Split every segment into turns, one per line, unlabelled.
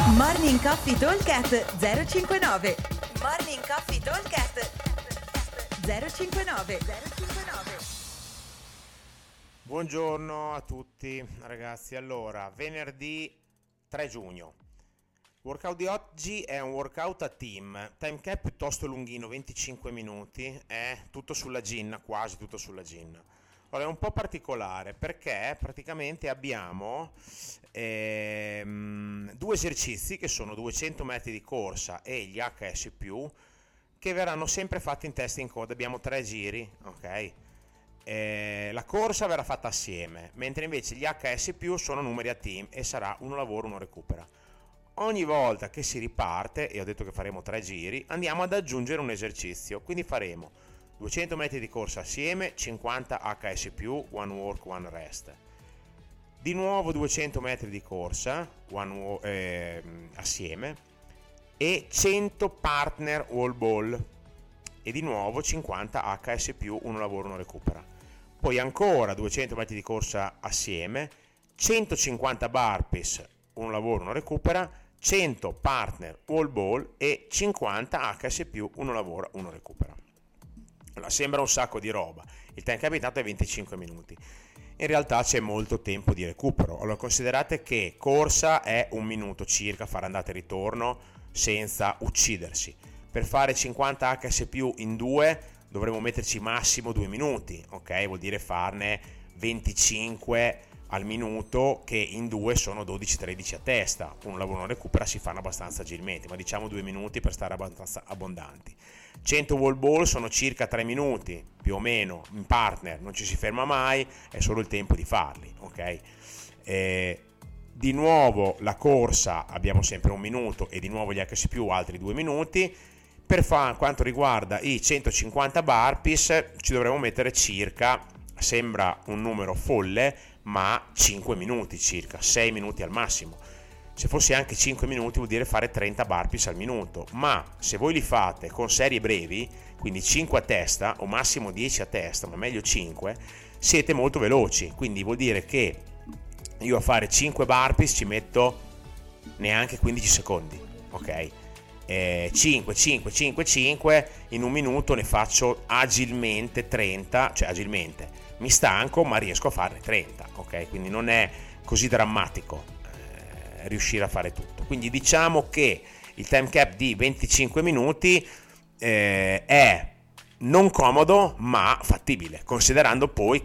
Morning Coffee Talkcast 059. Morning Coffee Talkcast 059.
Buongiorno a tutti ragazzi. Allora, venerdì 3 giugno. Il workout di oggi è un workout a team, time cap piuttosto lunghino, 25 minuti, è tutto sulla ginna, quasi tutto sulla ginna. Allora, è un po' particolare perché praticamente abbiamo due esercizi che sono 200 metri di corsa e gli HS+, che verranno sempre fatti in testa in coda. Abbiamo 3 giri, ok? La corsa verrà fatta assieme, mentre invece gli HS+ sono numeri a team e sarà uno lavoro, uno recupera. Ogni volta che si riparte, e ho detto che faremo 3 giri, andiamo ad aggiungere un esercizio, quindi faremo 200 metri di corsa assieme, 50 HS+, one work, one rest. Di nuovo 200 metri di corsa assieme e 100 partner wall ball e di nuovo 50 HS+, uno lavoro, uno recupera. Poi ancora 200 metri di corsa assieme, 150 burpees, uno lavoro, uno recupera, 100 partner wall ball e 50 HS+, uno lavora, uno recupera. Allora, sembra un sacco di roba. Il time cap intanto è 25 minuti. In realtà c'è molto tempo di recupero. Allora, considerate che corsa è 1 minuto circa, fare andata e ritorno senza uccidersi. Per fare 50 HS+ in 2 dovremo metterci massimo 2 minuti, ok? Vuol dire farne 25 al minuto, che in 2 sono 12-13 a testa. Un lavoro non recupera, si fanno abbastanza agilmente, ma diciamo 2 minuti per stare abbastanza abbondanti. 100 wall ball sono circa 3 minuti, più o meno, in partner, non ci si ferma mai, è solo il tempo di farli, ok? Di nuovo la corsa abbiamo sempre 1 minuto e di nuovo gli HS+ altri 2 minuti. Per quanto riguarda i 150 burpees ci dovremo mettere circa, sembra un numero folle, ma 5 minuti circa, 6 minuti al massimo. Se fosse anche 5 minuti vuol dire fare 30 burpees al minuto, ma se voi li fate con serie brevi, quindi 5 a testa o massimo 10 a testa, ma meglio 5, siete molto veloci. Quindi vuol dire che io a fare 5 burpees ci metto neanche 15 secondi, ok? 5 in 1 minuto ne faccio agilmente 30, cioè agilmente mi stanco ma riesco a farne 30, ok? Quindi non è così drammatico riuscire a fare tutto. Quindi diciamo che il time cap di 25 minuti è non comodo ma fattibile, considerando poi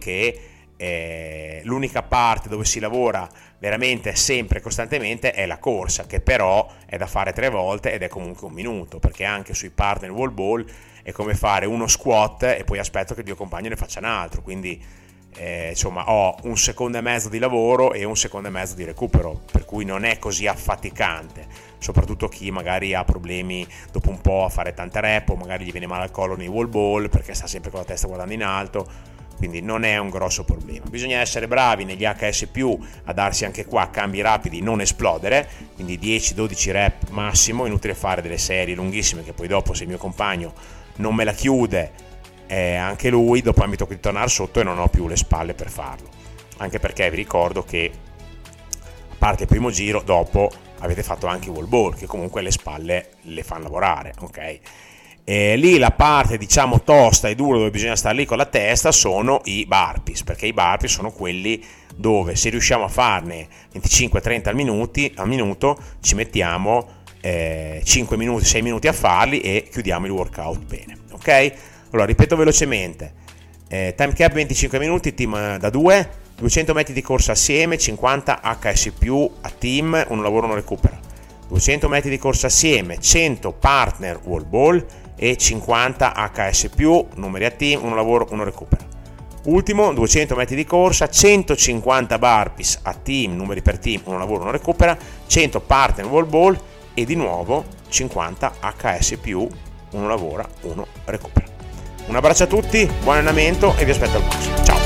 che l'unica parte dove si lavora veramente sempre costantemente è la corsa, che però è da fare 3 volte ed è comunque 1 minuto, perché anche sui partner wall ball è come fare uno squat e poi aspetto che il mio compagno ne faccia un altro, quindi insomma ho 1 secondo e mezzo di lavoro e 1 secondo e mezzo di recupero, per cui non è così affaticante, soprattutto chi magari ha problemi dopo un po' a fare tante rep o magari gli viene male al collo nei wall ball perché sta sempre con la testa guardando in alto. Quindi non è un grosso problema. Bisogna essere bravi negli HS+ a darsi anche qua cambi rapidi, non esplodere, quindi 10-12 rep massimo, inutile fare delle serie lunghissime che poi dopo, se il mio compagno non me la chiude, anche lui dopo mi tocca di tornare sotto e non ho più le spalle per farlo. Anche perché vi ricordo che a parte il primo giro, dopo avete fatto anche i wall ball, che comunque le spalle le fanno lavorare, ok? Lì la parte diciamo tosta e dura dove bisogna stare lì con la testa sono i burpees, perché i burpees sono quelli dove se riusciamo a farne 25-30 al minuto ci mettiamo 5 minuti, 6 minuti a farli e chiudiamo il workout bene, ok? Allora ripeto velocemente, time cap 25 minuti, team da 2, 200 metri di corsa assieme, 50 HS+ a team, un lavoro non recupera, 200 metri di corsa assieme, 100 partner wall ball e 50 HS+, numeri a team, uno lavoro, uno recupera. Ultimo, 200 metri di corsa, 150 burpees a team, numeri per team, uno lavoro, uno recupera, 100 partner wall ball e di nuovo 50 HS+, uno lavora, uno recupera. Un abbraccio a tutti, buon allenamento e vi aspetto al prossimo. Ciao!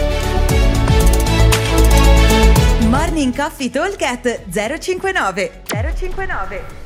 Morning Coffee Talkcast 059.